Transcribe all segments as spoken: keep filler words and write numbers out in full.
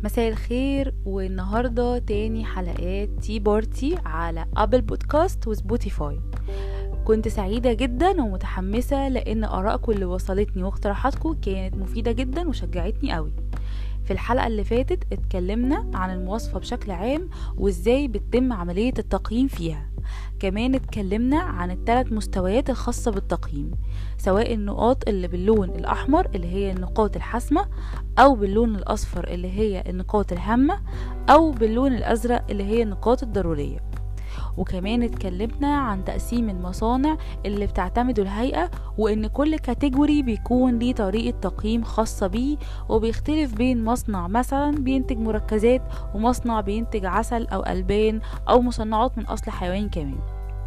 مساء الخير، والنهاردة تاني حلقات تي بارتي على ابل بودكاست وسبوتيفاي. كنت سعيدة جدا ومتحمسة لان ارائكم اللي وصلتني واقتراحاتكم كانت مفيدة جدا وشجعتني قوي. في الحلقة اللي فاتت اتكلمنا عن المواصفة بشكل عام وازاي بتتم عملية التقييم فيها. كمان اتكلمنا عن الثلاث مستويات الخاصة بالتقييم، سواء النقاط اللي باللون الأحمر اللي هي النقاط الحاسمة، أو باللون الأصفر اللي هي النقاط الهامة، أو باللون الأزرق اللي هي النقاط الضرورية. وكمان اتكلمنا عن تقسيم المصانع اللي بتعتمده الهيئة، وان كل كاتيجوري بيكون ليه طريقة تقييم خاصة بيه، وبيختلف بين مصنع مثلا بينتج مركزات ومصنع بينتج عسل او ألبان او مصنعات من اصل حيواني. كمان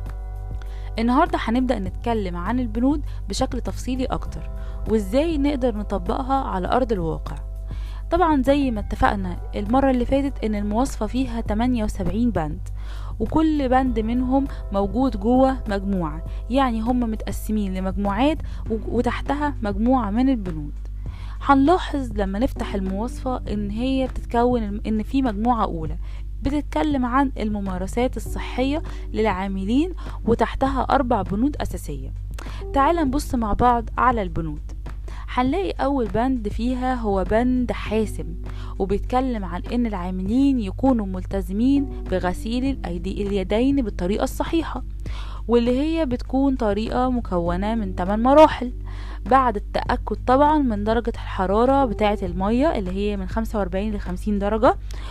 النهاردة هنبدأ نتكلم عن البنود بشكل تفصيلي اكتر، وازاي نقدر نطبقها على ارض الواقع. طبعا زي ما اتفقنا المرة اللي فاتت ان المواصفة فيها ثمانية وسبعين بند، وكل بند منهم موجود جوه مجموعة، يعني هم متقسمين لمجموعات وتحتها مجموعة من البنود. هنلاحظ لما نفتح المواصفة ان هي بتتكون ان في مجموعة اولى بتتكلم عن الممارسات الصحية للعاملين، وتحتها اربع بنود اساسية. تعال نبص مع بعض على البنود. هنلاقي اول بند فيها هو بند حاسم، وبيتكلم عن ان العاملين يكونوا ملتزمين بغسيل الايدي اليدين بالطريقة الصحيحة، واللي هي بتكون طريقة مكونة من ثمانية مراحل، بعد التأكد طبعا من درجة الحرارة بتاعة المية اللي هي من خمسة وأربعين ل خمسين درجة،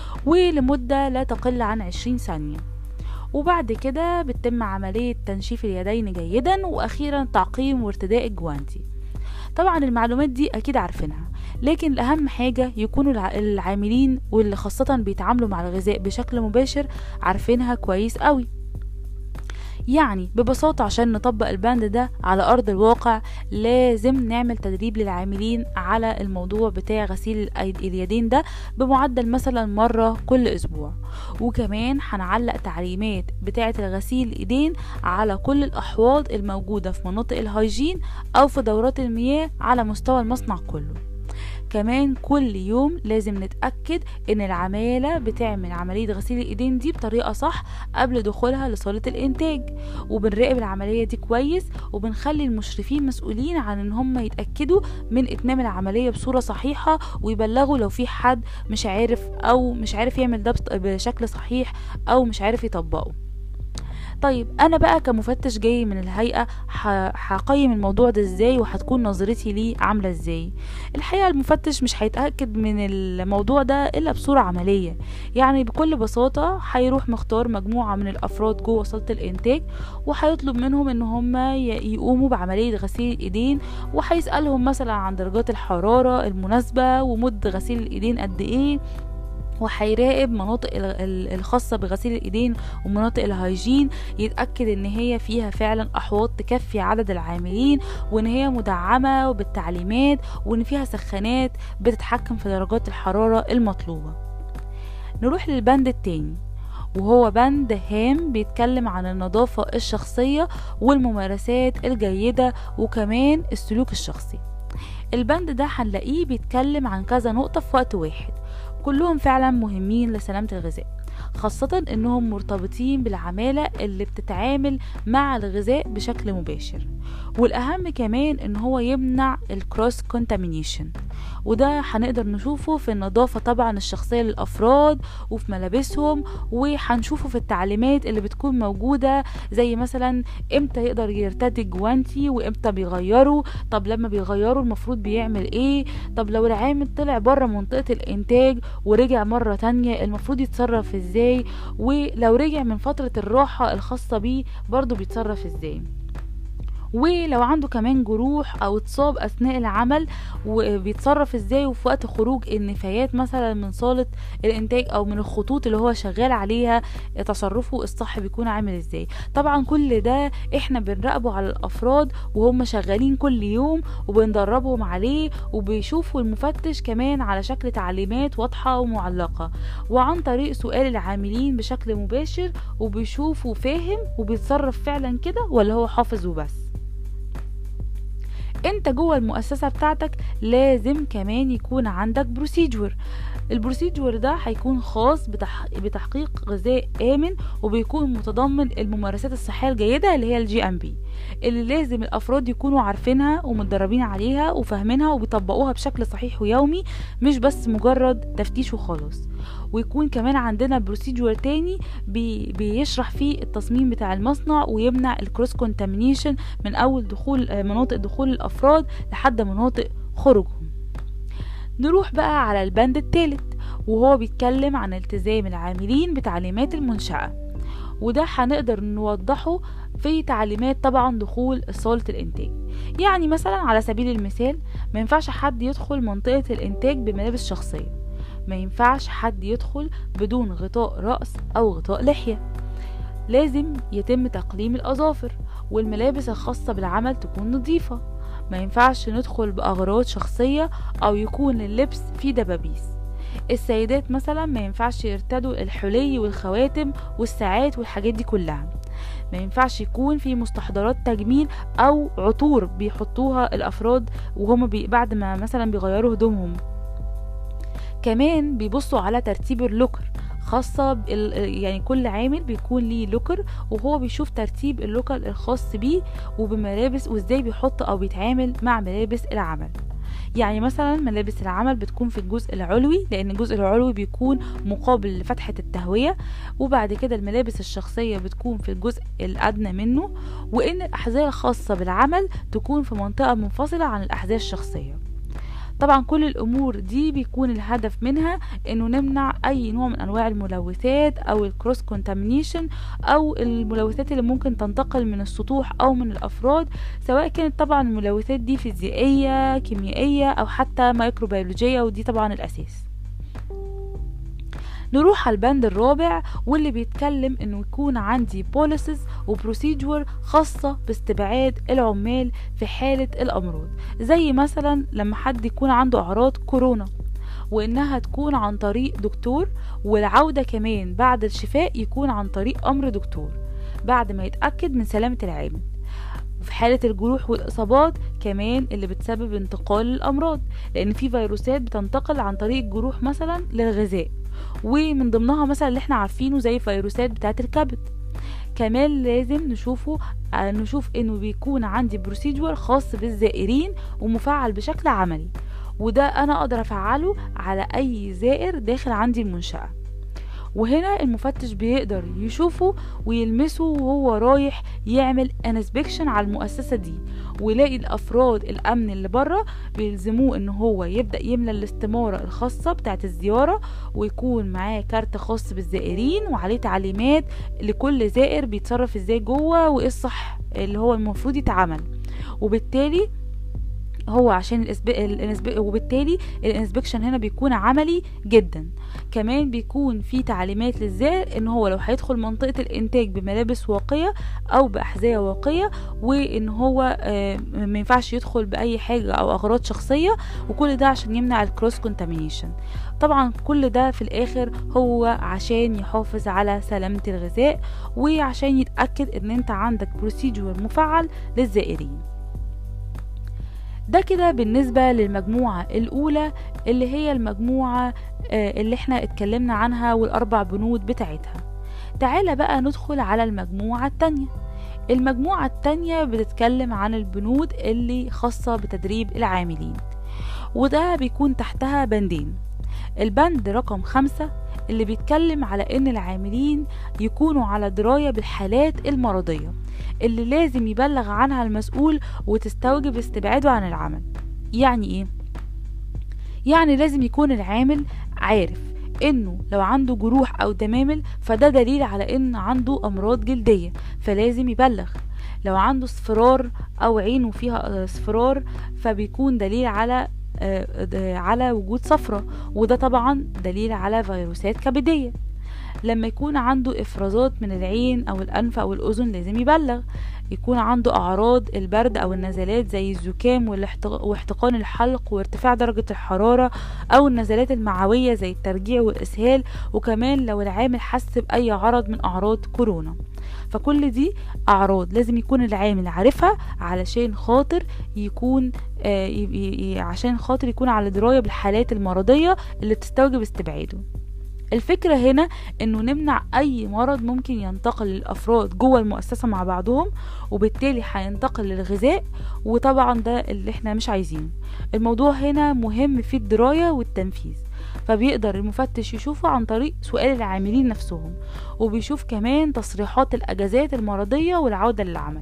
ولمدة لا تقل عن عشرين ثانية. وبعد كده بتتم عملية تنشيف اليدين جيدا، واخيرا تعقيم وارتداء الجوانتي. طبعا المعلومات دي اكيد عارفينها، لكن الاهم حاجة يكونوا العاملين واللي خاصة بيتعاملوا مع الغذاء بشكل مباشر عارفينها كويس قوي. يعني ببساطة عشان نطبق البند ده على أرض الواقع لازم نعمل تدريب للعاملين على الموضوع بتاع غسيل اليدين ده بمعدل مثلا مرة كل أسبوع. وكمان هنعلق تعليمات بتاعة الغسيل الإيدين على كل الأحواض الموجودة في مناطق الهايجين أو في دورات المياه على مستوى المصنع كله. كمان كل يوم لازم نتأكد ان العمالة بتعمل عملية غسيل الايدين دي بطريقة صح قبل دخولها لصالة الانتاج، وبنراقب العملية دي كويس، وبنخلي المشرفين مسؤولين عن ان هم يتأكدوا من اتمام العملية بصورة صحيحة، ويبلغوا لو في حد مش عارف او مش عارف يعمل ده بشكل صحيح او مش عارف يطبقه. طيب انا بقى كمفتش جاي من الهيئة هقيم الموضوع ده ازاي، وهتكون نظرتي ليه عاملة ازاي؟ الحقيقة المفتش مش هيتأكد من الموضوع ده الا بصورة عملية. يعني بكل بساطة هيروح مختار مجموعة من الافراد جوه صالة الانتاج، وهيطلب منهم ان هم يقوموا بعملية غسيل الايدين، وهيسألهم مثلا عن درجات الحرارة المناسبة ومدة غسيل الايدين قد ايه، وهيراقب مناطق الخاصة بغسيل الايدين ومناطق الهايجين، يتأكد ان هي فيها فعلا احواض تكفي عدد العاملين، وان هي مدعمة وبالتعليمات، وان فيها سخانات بتتحكم في درجات الحرارة المطلوبة. نروح للبند التاني وهو بند هام، بيتكلم عن النظافة الشخصية والممارسات الجيدة وكمان السلوك الشخصي. البند ده هنلاقيه بيتكلم عن كذا نقطة في وقت واحد، كلهم فعلا مهمين لسلامة الغذاء، خاصة انهم مرتبطين بالعمالة اللي بتتعامل مع الغذاء بشكل مباشر. والاهم كمان ان هو يمنع الكروس كونتامينيشن، وده هنقدر نشوفه في النظافة طبعا الشخصية للأفراد وفي ملابسهم، وهنشوفه في التعليمات اللي بتكون موجودة، زي مثلا امتى يقدر يرتدي جوانتي وامتى بيغيروا، طب لما بيغيروا المفروض بيعمل ايه، طب لو العامل طلع بره منطقة الانتاج ورجع مرة تانية المفروض يتصرف ازاي، ولو رجع من فترة الراحة الخاصة بيه برضو بيتصرف ازاي، ولو عنده كمان جروح او اتصاب اثناء العمل وبيتصرف ازاي، وفي وقت خروج النفايات مثلا من صالة الانتاج او من الخطوط اللي هو شغال عليها تصرفه الصح بيكون عامل ازاي. طبعا كل ده احنا بنراقبه على الافراد وهم شغالين كل يوم، وبندربهم عليه، وبيشوفوا المفتش كمان على شكل تعليمات واضحة ومعلقة، وعن طريق سؤال العاملين بشكل مباشر، وبيشوفوا فاهم وبيتصرف فعلا كده ولا هو حافظ وبس. انت جوه المؤسسة بتاعتك لازم كمان يكون عندك بروسيجور. البروسيجور ده هيكون خاص بتح... بتحقيق غذاء آمن، وبيكون متضمن الممارسات الصحية الجيدة اللي هي الجي ام بي، اللي لازم الأفراد يكونوا عارفينها ومتدربين عليها وفاهمينها وبيطبقوها بشكل صحيح ويومي، مش بس مجرد تفتيش وخلاص. ويكون كمان عندنا بروسيجور تاني بي... بيشرح فيه التصميم بتاع المصنع ويمنع الكروس كونتامينيشن من أول دخول مناطق دخول الأفراد لحد مناطق خروجهم. نروح بقى على البند الثالث، وهو بيتكلم عن التزام العاملين بتعليمات المنشأة، وده هنقدر نوضحه في تعليمات طبعا دخول صالة الانتاج. يعني مثلا على سبيل المثال ما ينفعش حد يدخل منطقة الانتاج بملابس شخصية، ما ينفعش حد يدخل بدون غطاء رأس او غطاء لحية، لازم يتم تقليم الأظافر، والملابس الخاصة بالعمل تكون نظيفة، ما ينفعش ندخل بأغراض شخصية أو يكون اللبس فيه دبابيس. السيدات مثلا ما ينفعش يرتدوا الحلي والخواتم والساعات والحاجات دي كلها، ما ينفعش يكون في مستحضرات تجميل أو عطور بيحطوها الأفراد وهم بي بعد ما مثلا بيغيروا هدومهم. كمان بيبصوا على ترتيب اللوكر خاصة يعني كل عامل بيكون ليه لوكر، وهو بيشوف ترتيب اللوكر الخاص بيه وبملابس وازاي بيحط او بيتعامل مع ملابس العمل. يعني مثلا ملابس العمل بتكون في الجزء العلوي، لان الجزء العلوي بيكون مقابل لفتحة التهوية، وبعد كده الملابس الشخصية بتكون في الجزء الادنى منه، وان الاحذية الخاصة بالعمل تكون في منطقة منفصلة عن الاحذية الشخصية. طبعا كل الامور دي بيكون الهدف منها انه نمنع اي نوع من انواع الملوثات او الكروس كونتامينيشن او الملوثات اللي ممكن تنتقل من السطوح او من الافراد، سواء كانت طبعا الملوثات دي فيزيائية كيميائية او حتى ميكروبيولوجية، ودي طبعا الاساس. نروح على البند الرابع، واللي بيتكلم انه يكون عندي بوليسز وبروسيجور خاصة باستبعاد العمال في حالة الامراض، زي مثلا لما حد يكون عنده اعراض كورونا، وانها تكون عن طريق دكتور، والعودة كمان بعد الشفاء يكون عن طريق امر دكتور بعد ما يتأكد من سلامة العامل. وفي حالة الجروح والإصابات كمان اللي بتسبب انتقال الأمراض، لأن في فيروسات بتنتقل عن طريق الجروح مثلا للغذاء، ومن ضمنها مثلا اللي احنا عارفينه زي فيروسات بتاعة الكبد. كمان لازم نشوفه نشوف انه بيكون عندي بروسيجور خاص بالزائرين ومفعل بشكل عملي، وده انا اقدر افعله على اي زائر داخل عندي المنشأة. وهنا المفتش بيقدر يشوفه ويلمسه وهو رايح يعمل انسبكشن على المؤسسة دي، ويلاقي الافراد الامن اللي بره بيلزموه ان هو يبدأ يملى الاستمارة الخاصة بتاعت الزيارة، ويكون معاه كارت خاص بالزائرين وعليه تعليمات لكل زائر بيتصرف ازاي جوه وايه الصح اللي هو المفروض يتعمل. وبالتالي هو عشان الانسبكشن وبالتالي الانسبكشن هنا بيكون عملي جدا. كمان بيكون في تعليمات للزائر ان هو لو هيدخل منطقة الانتاج بملابس واقية او باحذية واقية، وان هو ما ينفعش يدخل باي حاجة او اغراض شخصية، وكل ده عشان يمنع الكروس كونتامينيشن. طبعا كل ده في الاخر هو عشان يحافظ على سلامة الغذاء، وعشان يتأكد ان انت عندك بروسيجور مفعل للزائرين. ده كده بالنسبة للمجموعة الأولى اللي هي المجموعة اللي احنا اتكلمنا عنها والأربع بنود بتاعتها. تعالى بقى ندخل على المجموعة التانية. المجموعة التانية بتتكلم عن البنود اللي خاصة بتدريب العاملين، وده بيكون تحتها بندين. البند رقم خمسة اللي بيتكلم على ان العاملين يكونوا على دراية بالحالات المرضية اللي لازم يبلغ عنها المسؤول وتستوجب استبعاده عن العمل. يعني ايه؟ يعني لازم يكون العامل عارف انه لو عنده جروح او دمامل فده دليل على ان عنده امراض جلدية فلازم يبلغ. لو عنده اصفرار او عينه فيها اصفرار فبيكون دليل على على وجود صفرة، وده طبعا دليل على فيروسات كبدية. لما يكون عنده افرازات من العين او الانف او الاذن لازم يبلغ. يكون عنده أعراض البرد أو النزلات زي الزكام واحتقان الحلق وارتفاع درجة الحرارة، أو النزلات المعوية زي الترجيع والإسهال، وكمان لو العامل حس بأي عرض من أعراض كورونا. فكل دي أعراض لازم يكون العامل عارفها علشان خاطر يكون آه عشان خاطر يكون على دراية بالحالات المرضية اللي بتستوجب استبعاده. الفكرة هنا انه نمنع اي مرض ممكن ينتقل للافراد جوه المؤسسة مع بعضهم، وبالتالي هينتقل للغذاء، وطبعا ده اللي احنا مش عايزينه. الموضوع هنا مهم في الدراية والتنفيذ، فبيقدر المفتش يشوفه عن طريق سؤال العاملين نفسهم، وبيشوف كمان تصريحات الاجازات المرضية والعودة للعمل.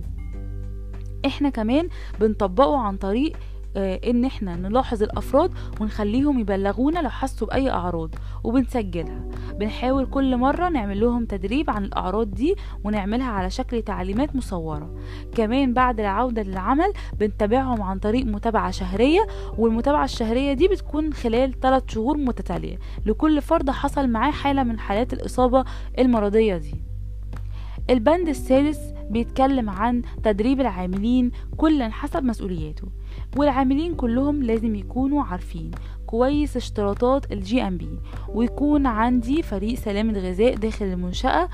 احنا كمان بنطبقه عن طريق ان احنا نلاحظ الافراد ونخليهم يبلغونا لو حسوا باي اعراض وبنسجلها. بنحاول كل مرة نعمل لهم تدريب عن الاعراض دي ونعملها على شكل تعليمات مصورة. كمان بعد العودة للعمل بنتابعهم عن طريق متابعة شهرية، والمتابعة الشهرية دي بتكون خلال ثلاث شهور متتالية لكل فرد حصل معاه حالة من حالات الإصابة المرضية دي. البند الثالث بيتكلم عن تدريب العاملين كلا حسب مسؤولياته، والعاملين كلهم لازم يكونوا عارفين كويس اشتراطات الجي ام بي، ويكون عندي فريق سلامة غذاء داخل المنشأة،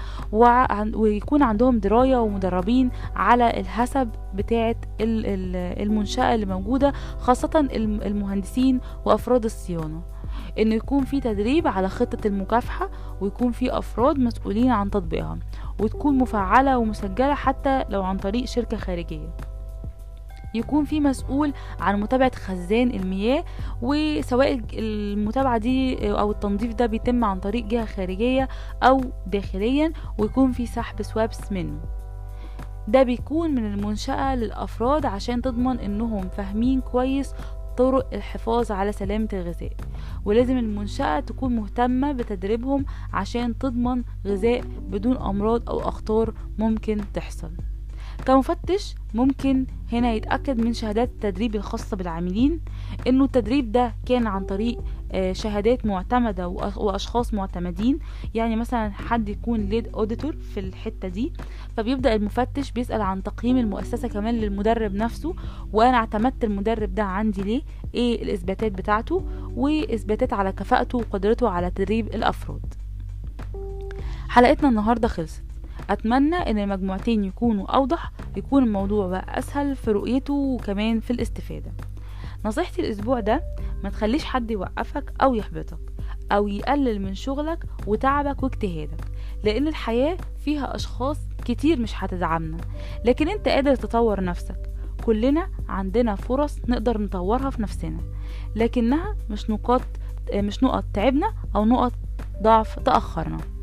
ويكون عندهم دراية ومدربين على الحسب بتاعة المنشأة اللي موجودة، خاصة المهندسين وأفراد الصيانة. انه يكون في تدريب على خطة المكافحة، ويكون في افراد مسؤولين عن تطبيقها، وتكون مفعلة ومسجلة حتى لو عن طريق شركة خارجية. يكون في مسؤول عن متابعة خزان المياه، وسواء المتابعة دي او التنظيف ده بيتم عن طريق جهة خارجية او داخليا، ويكون في سحب سوابس منه. ده بيكون من المنشأة للأفراد عشان تضمن انهم فاهمين كويس طرق الحفاظ على سلامة الغذاء، ولازم المنشأة تكون مهتمة بتدريبهم عشان تضمن غذاء بدون أمراض أو أخطار ممكن تحصل. كمفتش ممكن هنا يتأكد من شهادات التدريب الخاصة بالعاملين انه التدريب ده كان عن طريق شهادات معتمدة واشخاص معتمدين. يعني مثلا حد يكون ليد اوديتور في الحتة دي، فبيبدأ المفتش بيسأل عن تقييم المؤسسة كمان للمدرب نفسه، وانا اعتمدت المدرب ده عندي ليه، ايه الاثباتات بتاعته، واثباتات على كفاءته وقدرته على تدريب الافراد. حلقتنا النهاردة خلصت. اتمنى ان المجموعتين يكونوا اوضح، يكون الموضوع بقى اسهل في رؤيته وكمان في الاستفادة. نصيحتي الاسبوع ده، ما تخليش حد يوقفك او يحبطك او يقلل من شغلك وتعبك واجتهادك، لان الحياة فيها اشخاص كتير مش هتدعمنا، لكن انت قادر تطور نفسك. كلنا عندنا فرص نقدر نطورها في نفسنا، لكنها مش نقاط مش نقط تعبنا او نقط ضعف تأخرنا.